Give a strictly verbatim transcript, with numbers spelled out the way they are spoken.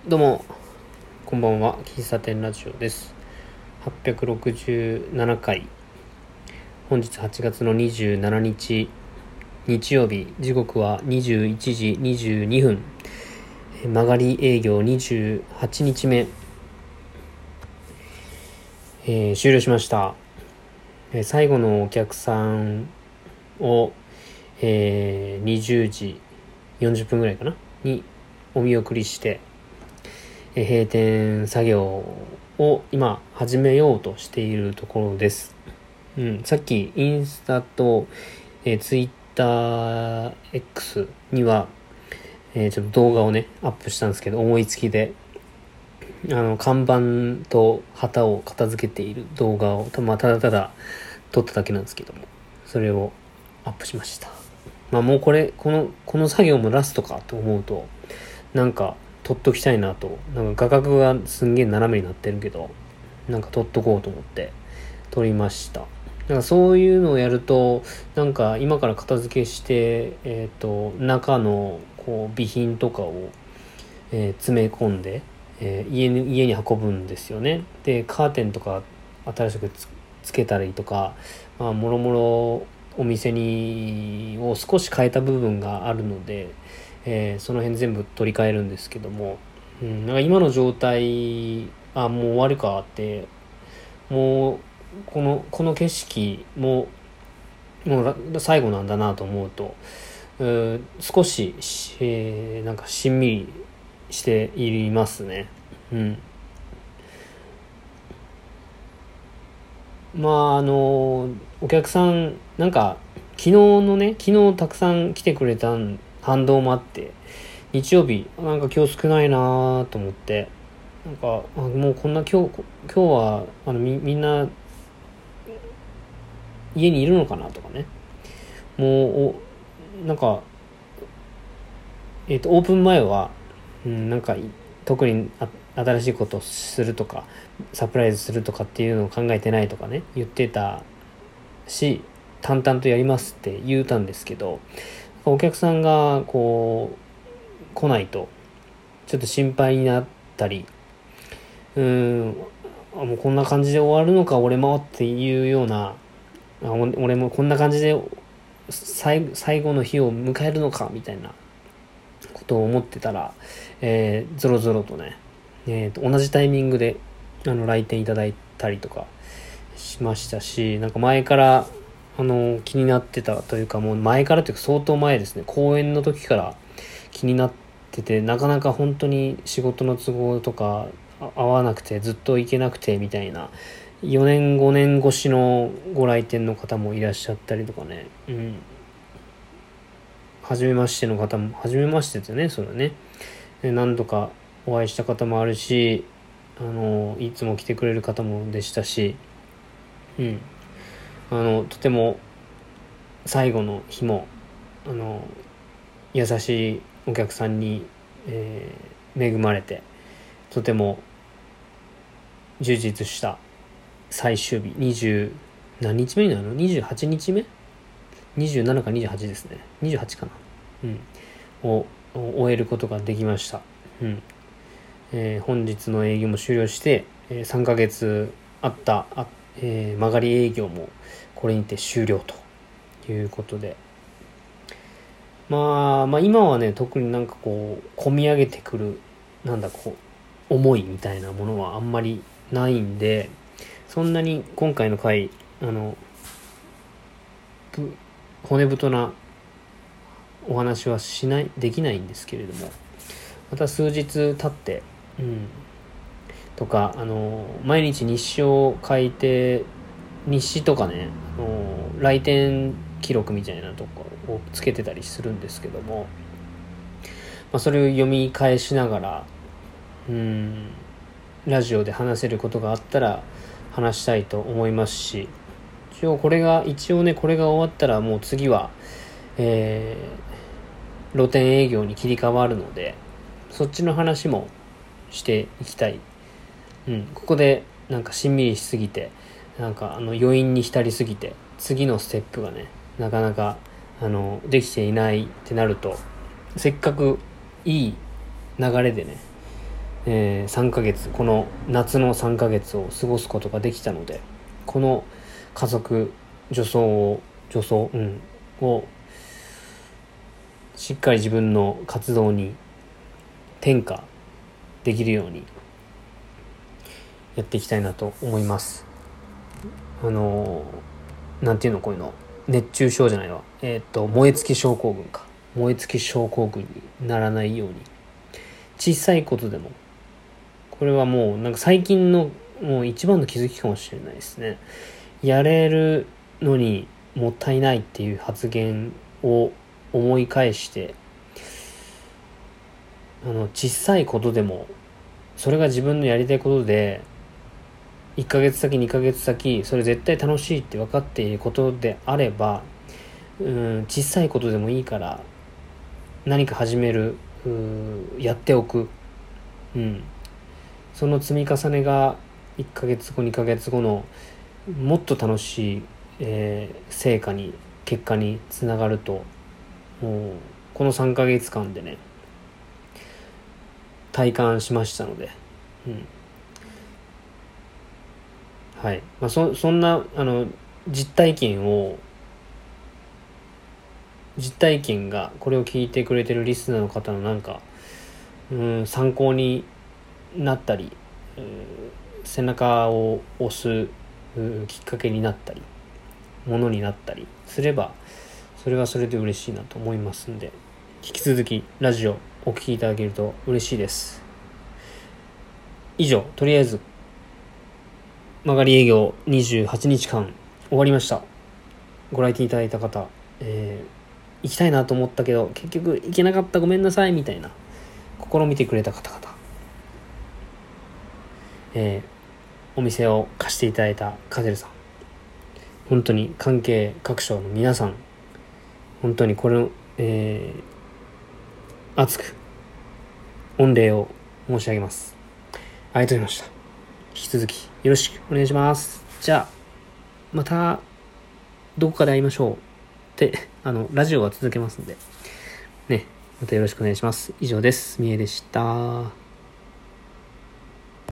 どうもこんばんは。喫茶店ラジオです。はっぴゃくろくじゅうななかい、本日はちがつのにじゅうしちにち日曜日、時刻はにじゅういちじにじゅうにふん、曲がり営業にじゅうはちにちめ、えー、終了しました。えー、最後のお客さんを、えー、にじゅうじよんじゅっぷんぐらいかなにお見送りして、閉店作業を今始めようとしているところです。うん、さっきインスタと、えー、ツイッター X には、えー、ちょっと動画をねアップしたんですけど、思いつきであの看板と旗を片付けている動画を、まあ、ただただ撮っただけなんですけども、それをアップしました。まあもうこれこのこの作業もラストかと思うと、なんか撮っときたいなと。なんか画角がすんげえ斜めになってるけど、なんか撮っとこうと思って撮りました。なんかそういうのをやると、なんか今から片付けして、えっと中のこう備品とかを、えー、詰め込んで、えー、家に家に運ぶんですよね。でカーテンとか新しく つ, つけたりとか、まあもろもろお店にを少し変えた部分があるので、えー、その辺全部取り替えるんですけども、うん、なんか今の状態、あもう終わるかって、もうこのこの景色ももう最後なんだなと思うと、う少し、えー、なんかしんみりしていますね。うん。まああのお客さんなんか昨日のね昨日たくさん来てくれた反動もあって、日曜日なんか今日少ないなと思って、なんかあもうこんな今日今日はあの み, みんな家にいるのかなとかね、もうおなんかえっ、ー、とオープン前は、うん、なんか特にあ新しいことをするとかサプライズするとかっていうのを考えてないとかね言ってたし、淡々とやりますって言うたんですけど、お客さんがこう来ないとちょっと心配になったり、うーんあもうこんな感じで終わるのか俺もっていうような、あ俺もこんな感じで最最後の日を迎えるのかみたいなことを思ってたら、えー、ゾロゾロとね、えー、と同じタイミングであの来店いただいたりとかしましたし、なんか前からあの気になってたというか、もう前からというか相当前ですね、公演の時から気になってて、なかなか本当に仕事の都合とか合わなくてずっと行けなくてみたいな、よねんごねん越しのご来店の方もいらっしゃったりとかね、うん初めましての方も、初めましてですよね、それはね。何度かお会いした方もあるし、あのいつも来てくれる方もでしたし、うんあのとても最後の日もあの優しいお客さんに、えー、恵まれて、とても充実した最終日、にじゅう何日目になるの ?にじゅうはち 日目 ?にじゅうななかにじゅうはちですね。にじゅうはちかな。うん。を終えることができました。うん。えー、本日の営業も終了して、えー、さんかげつあったあ、えー、曲がり営業もこれにて終了ということで、まあまあ今はね特になんかこう込み上げてくるなんだこう思いみたいなものはあんまりないんで、そんなに今回の回あの骨太なお話はしないできないんですけれども、また数日経って、うんとか、あの毎日日誌を書いて、日誌とかね、あの来店記録みたいなとこをつけてたりするんですけども、まあ、それを読み返しながら、うんラジオで話せることがあったら話したいと思いますし、一応これが一応ねこれが終わったらもう次は、えー、露店営業に切り替わるので、そっちの話もしていきたい。うん、ここでなんかしんみりしすぎて、なんかあの余韻に浸りすぎて次のステップがねなかなかあのできていないってなると、せっかくいい流れでねえー、さんかげつ、この夏のさんかげつを過ごすことができたので、この家族助走を助走、うん、をしっかり自分の活動に転嫁できるようにやっていきたいなと思います。あのなんていうの、こういうの熱中症じゃないわ、えっと燃え尽き症候群か燃え尽き症候群にならないように、小さいことでも、これはもうなんか最近のもう一番の気づきかもしれないですね。やれるのにもったいないっていう発言を思い返して、あの小さいことでもそれが自分のやりたいことで、いっかげつ先にかげつ先それ絶対楽しいって分かっていることであれば、うん小さいことでもいいから何か始める、やっておく、うん、その積み重ねがいっかげつごにかげつごのもっと楽しい、えー、成果に結果につながると、もうこのさんかげつかんでね体感しましたので、うんはいまあ、そ, そんなあの実体験を実体験がこれを聞いてくれてるリスナーの方のなんか、うん、参考になったり、うん、背中を押す、うん、きっかけになったりものになったりすれば、それはそれで嬉しいなと思いますんで、引き続きラジオお聞きいただけると嬉しいです。以上、とりあえず曲がり営業にじゅうはちにちかん終わりました。ご来店いただいた方、えー、行きたいなと思ったけど結局行けなかった、ごめんなさいみたいな試みてくれた方々、えー、お店を貸していただいたカゼルさん、本当に関係各所の皆さん、本当にこれを、えー、熱く御礼を申し上げます。ありがとうございました。引き続きよろしくお願いします。じゃあまたどこかで会いましょうってあのラジオは続けますのでね、またよろしくお願いします。以上です。みえでした。